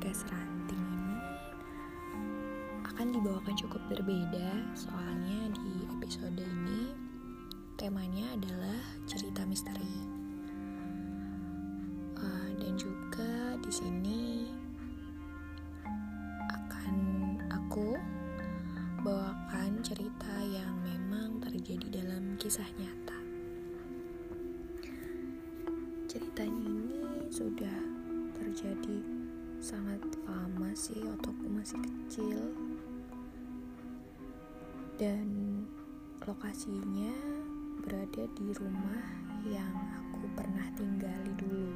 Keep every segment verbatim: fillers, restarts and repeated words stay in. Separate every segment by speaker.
Speaker 1: podcast ranting ini akan dibawakan cukup berbeda, soalnya di episode ini temanya adalah cerita misteri. Uh, dan juga di sini akan aku bawakan cerita yang memang terjadi dalam kisah nyata. Ceritanya ini sudah terjadi sangat lama sih, waktu aku masih kecil, dan lokasinya berada di rumah yang aku pernah tinggali dulu.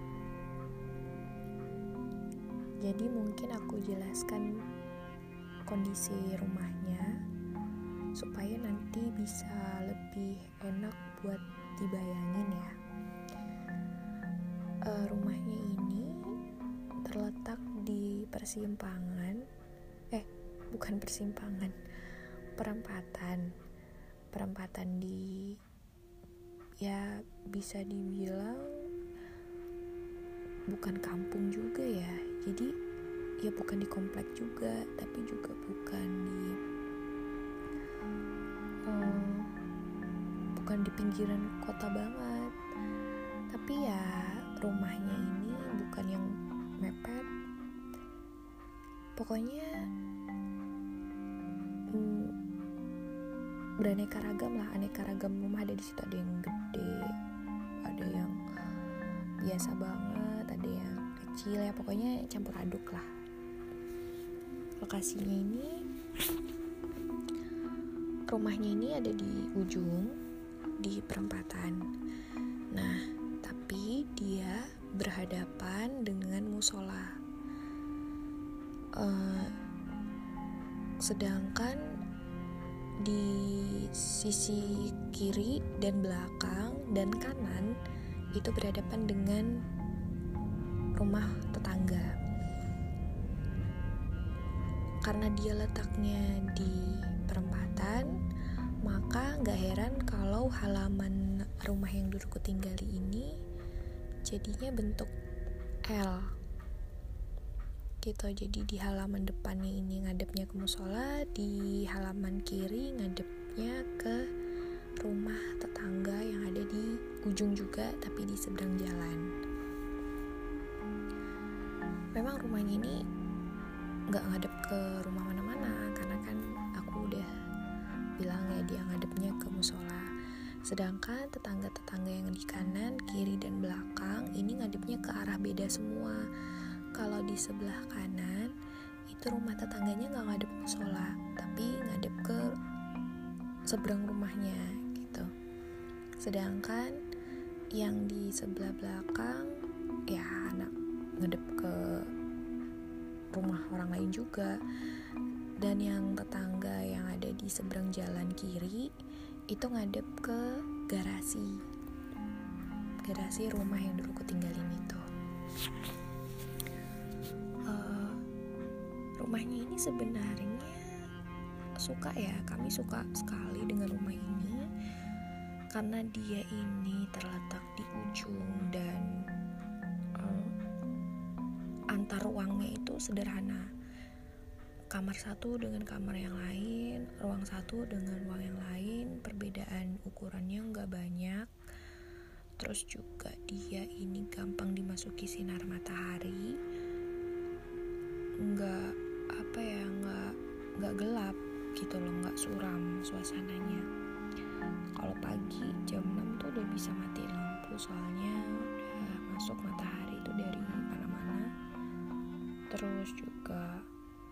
Speaker 1: Jadi mungkin aku jelaskan kondisi rumahnya supaya nanti bisa lebih enak buat dibayangin ya. Uh, rumahnya ini terletak di persimpangan, eh bukan persimpangan, perempatan, perempatan di, ya bisa dibilang bukan kampung juga ya. Jadi ya bukan di komplek juga, tapi juga bukan di, um, bukan di pinggiran kota banget. Tapi ya rumahnya ini bukan yang mepet. Pokoknya hmm, beraneka ragam lah, aneka ragam rumah ada di situ. Ada yang gede, ada yang biasa banget, ada yang kecil ya, pokoknya campur aduk lah. Lokasinya ini, rumahnya ini ada di ujung, di perempatan. Nah, tapi dia berhadapan dengan musola. Uh, sedangkan di sisi kiri dan belakang dan kanan itu berhadapan dengan rumah tetangga. Karena dia letaknya di perempatan, maka gak heran kalau halaman rumah yang dulu ku tinggali ini jadinya bentuk L gitu. Jadi di halaman depannya ini ngadepnya ke musola, di halaman kiri ngadepnya ke rumah tetangga yang ada di ujung juga, tapi di seberang jalan. Memang rumahnya ini gak ngadep ke rumah mana-mana, karena kan aku udah bilang ya dia ngadepnya ke musola. Sedangkan tetangga-tetangga yang di kanan, kiri, dan belakang ini ngadepnya ke arah beda semua. Kalau di sebelah kanan itu rumah tetangganya gak ngadep musola, tapi ngadep ke seberang rumahnya gitu. Sedangkan yang di sebelah belakang ya anak ngadep ke rumah orang lain juga. Dan yang tetangga yang ada di seberang jalan kiri itu ngadep ke garasi garasi rumah yang dulu ku tinggalin itu. Uh, rumahnya ini sebenarnya suka ya, kami suka sekali dengan rumah ini karena dia ini terletak di ujung dan uh, antar ruangnya itu sederhana. Kamar satu dengan kamar yang lain, ruang satu dengan ruang yang lain, perbedaan ukurannya nggak banyak. Terus juga dia ini gampang dimasuki sinar matahari, nggak apa ya, nggak nggak gelap gitu loh, nggak suram suasananya. Kalau pagi jam enam tuh udah bisa mati lampu, soalnya udah masuk matahari itu dari mana-mana. Terus juga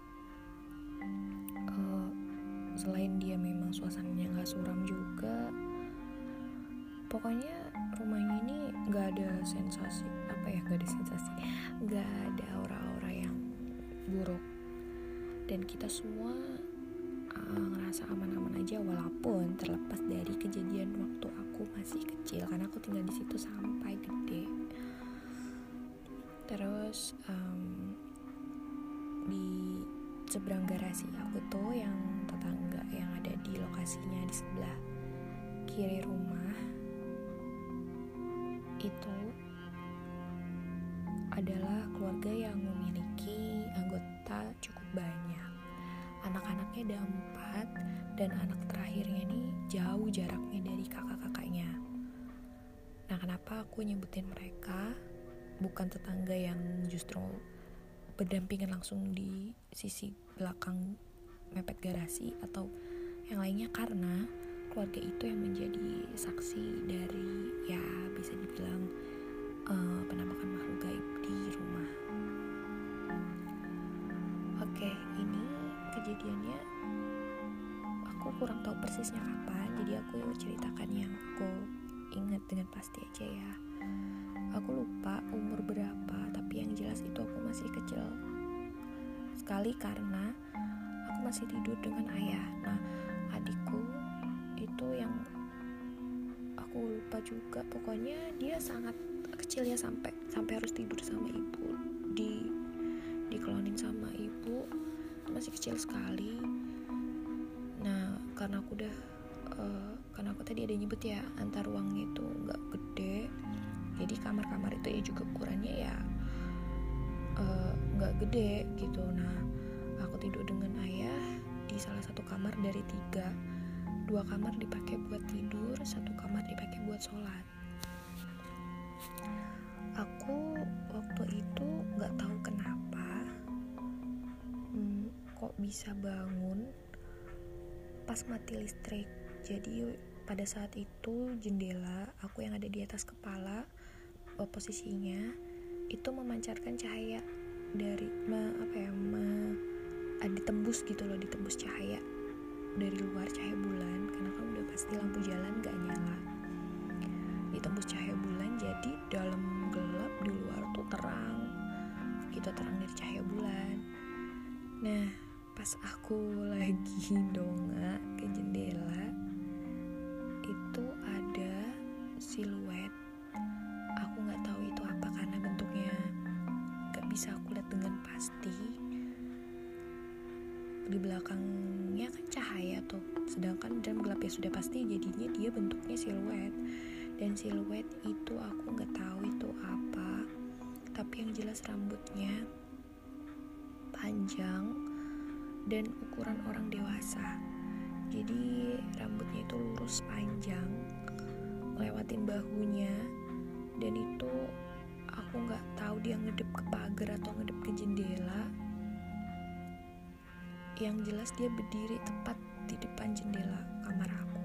Speaker 1: selain dia memang suasananya gak suram juga, pokoknya rumahnya ini gak ada sensasi, apa ya, gak ada sensasi, gak ada aura-aura yang buruk. Dan kita semua uh, ngerasa aman-aman aja, walaupun terlepas dari kejadian waktu aku masih kecil, karena aku tinggal di situ sampai gede. Terus um, di seberang garasi aku tuh yang tetangga yang ada di lokasinya di sebelah kiri rumah itu adalah keluarga yang memiliki cukup banyak. Anak-anaknya ada empat, dan anak terakhirnya nih jauh jaraknya dari kakak-kakaknya. Nah, kenapa aku nyebutin mereka bukan tetangga yang justru berdampingan langsung di sisi belakang mepet garasi atau yang lainnya, karena keluarga itu yang menjadi saksi dari, ya bisa dibilang uh, penampakan makhluk gaib di rumah. Oke, ini kejadiannya aku kurang tahu persisnya kapan, jadi aku ceritakan yang aku ingat dengan pasti aja ya. Aku lupa umur berapa, tapi yang jelas itu aku masih kecil sekali karena aku masih tidur dengan ayah. Nah, adikku itu yang aku lupa juga, pokoknya dia sangat kecil ya, sampai sampai harus tidur sama ibu, di dikelonin sama ibu, masih kecil sekali. Nah, karena aku udah uh, karena aku tadi ada nyebut ya, antar ruangnya itu nggak gede, jadi kamar-kamar itu ya juga ukurannya ya nggak uh, gede gitu. Nah, aku tidur dengan ayah di salah satu kamar dari tiga. Dua kamar dipakai buat tidur, satu kamar dipakai buat sholat. Aku waktu itu nggak tahu kenapa hmm, kok bisa bangun pas mati listrik. Jadi pada saat itu jendela aku yang ada di atas kepala, posisinya itu memancarkan cahaya dari me, apa ya me, ditembus gitu loh, ditembus cahaya dari luar, cahaya bulan, karena kan udah pasti lampu jalan gak nyala, ditembus cahaya bulan, jadi dalam gelap di luar tuh terang gitu, terang dari cahaya bulan. Nah, pas aku lagi dongak ke jendela itu ada siluet, aku nggak tahu itu apa karena bentuknya nggak bisa aku lihat dengan pasti. Di belakangnya kan cahaya tuh, sedangkan dalam gelap ya sudah pasti jadinya dia bentuknya siluet. Dan siluet itu aku nggak tahu itu apa, tapi yang jelas rambutnya panjang dan ukuran orang dewasa. Jadi rambutnya itu lurus panjang, ngelewatin bahunya, dan itu aku nggak tahu dia ngedep ke pagar atau ngedep ke jendela. Yang jelas dia berdiri tepat di depan jendela kamar aku.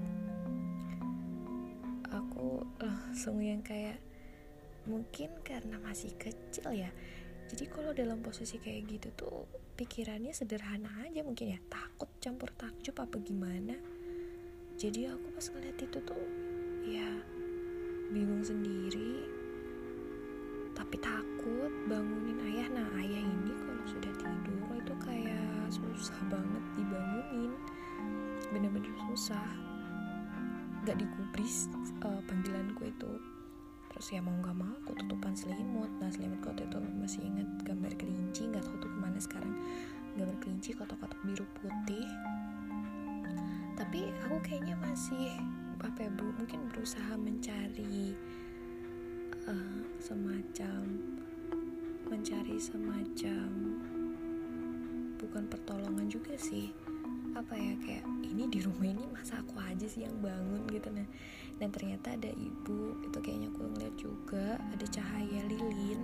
Speaker 1: Aku langsung yang kayak, mungkin karena masih kecil ya, jadi kalau dalam posisi kayak gitu tuh pikirannya sederhana aja mungkin ya, takut campur takjub apa gimana. Jadi aku pas ngeliat itu tuh ya bingung sendiri, tapi takut bangunin ayah. Nah, ayah ini kalau sudah tidur itu kayak susah banget dibangunin, bener-bener susah, gak digubris uh, panggilanku itu. Terus ya mau gak mau aku tutupan selimut. Nah, selimutku waktu itu masih ingat gambar kelinci, gak tahu tuh kemana sekarang, gambar kelinci kotak-kotak biru putih. Tapi aku kayaknya masih apa ya, bu, mungkin berusaha mencari uh, semacam mencari semacam bukan pertolongan juga sih, apa ya, kayak ini di rumah ini masa aku aja sih yang bangun gitu. Nah, dan ternyata ada ibu, itu kayaknya aku ngeliat juga ada cahaya lilin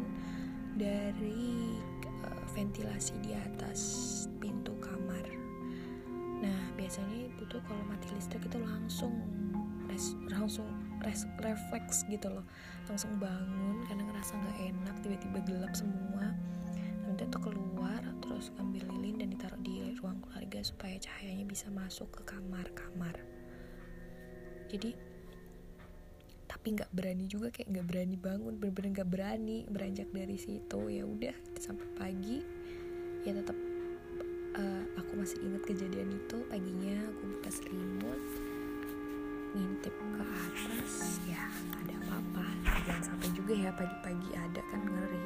Speaker 1: dari uh, ventilasi di atas pintu kamar. Nah, biasanya ibu tuh kalau mati listrik itu langsung res, langsung res, refleks gitu loh, langsung bangun karena ngerasa nggak enak, tiba-tiba gelap semua. Nanti tuh keluar terus ambil lilin dan ditaruh di ruang keluarga supaya cahayanya bisa masuk ke kamar-kamar. Jadi tapi nggak berani juga, kayak nggak berani bangun, bener-bener nggak berani beranjak dari situ. Ya udah sampai pagi ya tetap uh, aku masih ingat kejadian itu. Paginya aku buka selimut, ngintip ke atas, ya nggak ada apa-apa. Jangan sampai juga ya pagi-pagi ada, kan ngeri.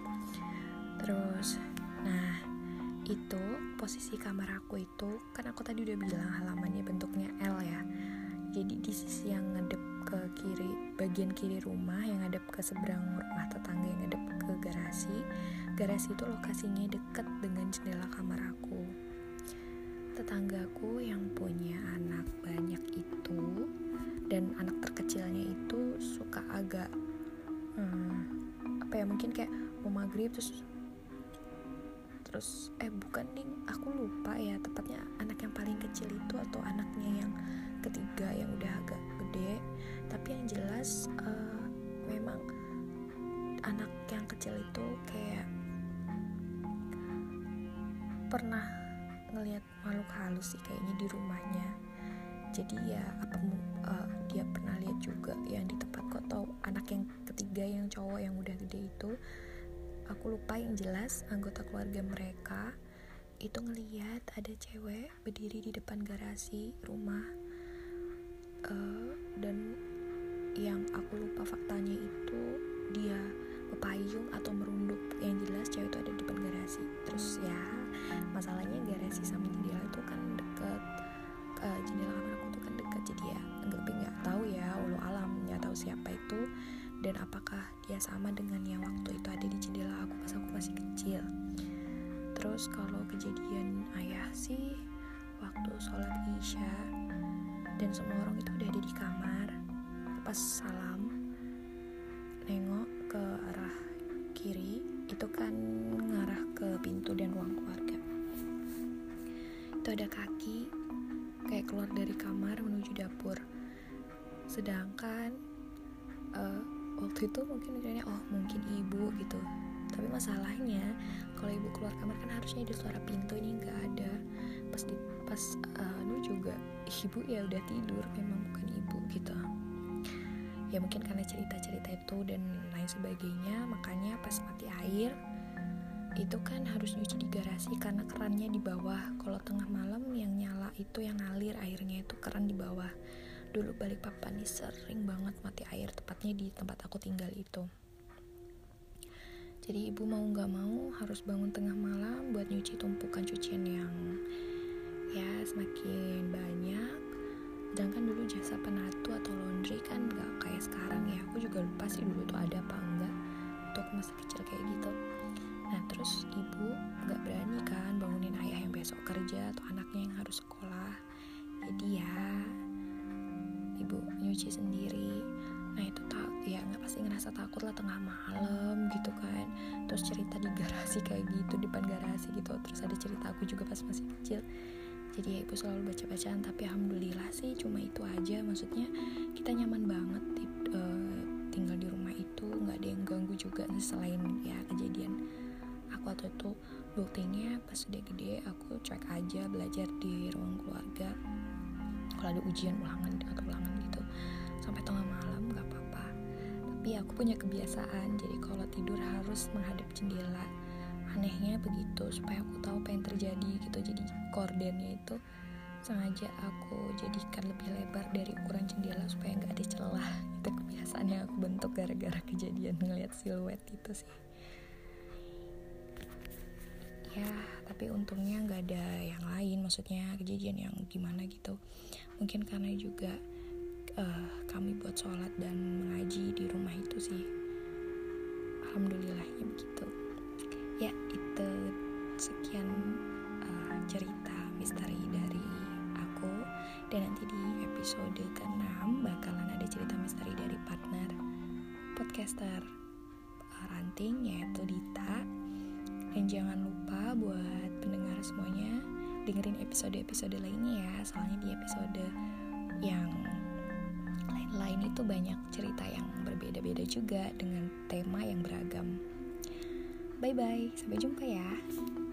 Speaker 1: Terus nah itu posisi kamar aku itu kan aku tadi udah bilang halamannya bentuknya L ya. Jadi di sisi yang ngadep ke kiri, bagian kiri rumah yang ngadep ke seberang rumah tetangga yang ngadep ke garasi. Garasi itu lokasinya dekat dengan jendela kamar aku. Tetanggaku yang punya anak banyak itu, dan anak terkecilnya itu suka agak hmm, apa ya, mungkin kayak mau maghrib terus terus eh bukan ding, aku lupa ya tepatnya anak yang paling kecil itu atau anaknya yang ketiga yang udah agak gede, tapi yang jelas uh, memang anak yang kecil itu kayak pernah ngelihat makhluk halus sih kayaknya di rumahnya. Jadi ya apa uh, dia pernah lihat juga yang di tempatku, atau anak yang ketiga yang cowok yang udah gede itu, aku lupa. Yang jelas anggota keluarga mereka itu ngelihat ada cewek berdiri di depan garasi rumah, uh, dan yang aku lupa faktanya itu dia berpayung atau merunduk. Yang jelas cewek itu ada di depan garasi. Terus ya masalahnya garasi sama jendela itu kan deket, uh, jendela kamar aku tuh kan dekat, jadi ya nggak nggak tahu ya, walau alam nggak tahu siapa itu dan apakah dia sama dengan yang waktu itu ada di jendela aku pas aku masih kecil. Terus kalau kejadian ayah sih waktu sholat isya dan semua orang itu udah ada di kamar, pas salam nengok ke arah kiri itu kan ngarah ke pintu dan ruang keluarga, itu ada kaki kayak keluar dari kamar menuju dapur. Sedangkan uh, waktu itu mungkin mikirnya oh mungkin ibu gitu, tapi masalahnya kalau ibu keluar kamar kan harusnya ada suara pintu, ini nggak ada. Pas di pas uh, nu juga ibu ya udah tidur, memang bukan ibu gitu ya, mungkin karena cerita-cerita itu dan lain sebagainya, makanya pas mati air itu kan harus nyuci di garasi karena kerannya di bawah. Kalau tengah malam yang nyala itu yang ngalir airnya itu keran di bawah. Dulu Balikpapan nih sering banget mati air, tepatnya di tempat aku tinggal itu. Jadi ibu mau gak mau harus bangun tengah malam buat nyuci tumpukan cucian yang ya semakin banyak. Sedangkan dulu jasa penatu atau laundry kan gak kayak sekarang ya. Aku juga lupa sih dulu tuh ada apa enggak, waktu aku masih kecil kayak gitu. Nah terus ibu gak berani kan bangunin ayah yang besok kerja atau anaknya yang harus sekolah. Jadi ya ibu nyuci sendiri. Nah itu tak ya nggak pasti ngerasa takut lah tengah malam gitu kan. Terus cerita di garasi kayak gitu, depan garasi gitu. Terus ada cerita aku juga pas masih kecil. Jadi ya ibu selalu baca-bacaan, tapi alhamdulillah sih cuma itu aja. Maksudnya kita nyaman banget di, uh, tinggal di rumah itu, nggak ada yang ganggu juga selain ya kejadian aku waktu itu. Buktinya pas udah gede aku cuek aja belajar di ruang keluarga. Kalau ada ujian ulangan atau ulangan gitu sampai tengah malam gak apa-apa. Tapi aku punya kebiasaan, jadi kalau tidur harus menghadap jendela. Anehnya begitu, supaya aku tahu apa yang terjadi gitu. Jadi kordennya itu sengaja aku jadikan lebih lebar dari ukuran jendela supaya gak ada celah. Itu kebiasaan yang aku bentuk gara-gara kejadian ngeliat siluet itu sih. Ya tapi untungnya gak ada yang lain, maksudnya kejadian yang gimana gitu. Mungkin karena juga uh, kami buat sholat dan mengaji di rumah itu sih, alhamdulillahnya begitu. Ya itu sekian uh, cerita misteri dari aku. Dan nanti di episode keenam bakalan ada cerita misteri dari partner podcaster uh, ranting yaitu Dita. Dan jangan lupa buat pendengar semuanya dengerin episode-episode lainnya ya, soalnya di episode yang lain-lain itu banyak cerita yang berbeda-beda juga dengan tema yang beragam. Bye bye, sampai jumpa ya.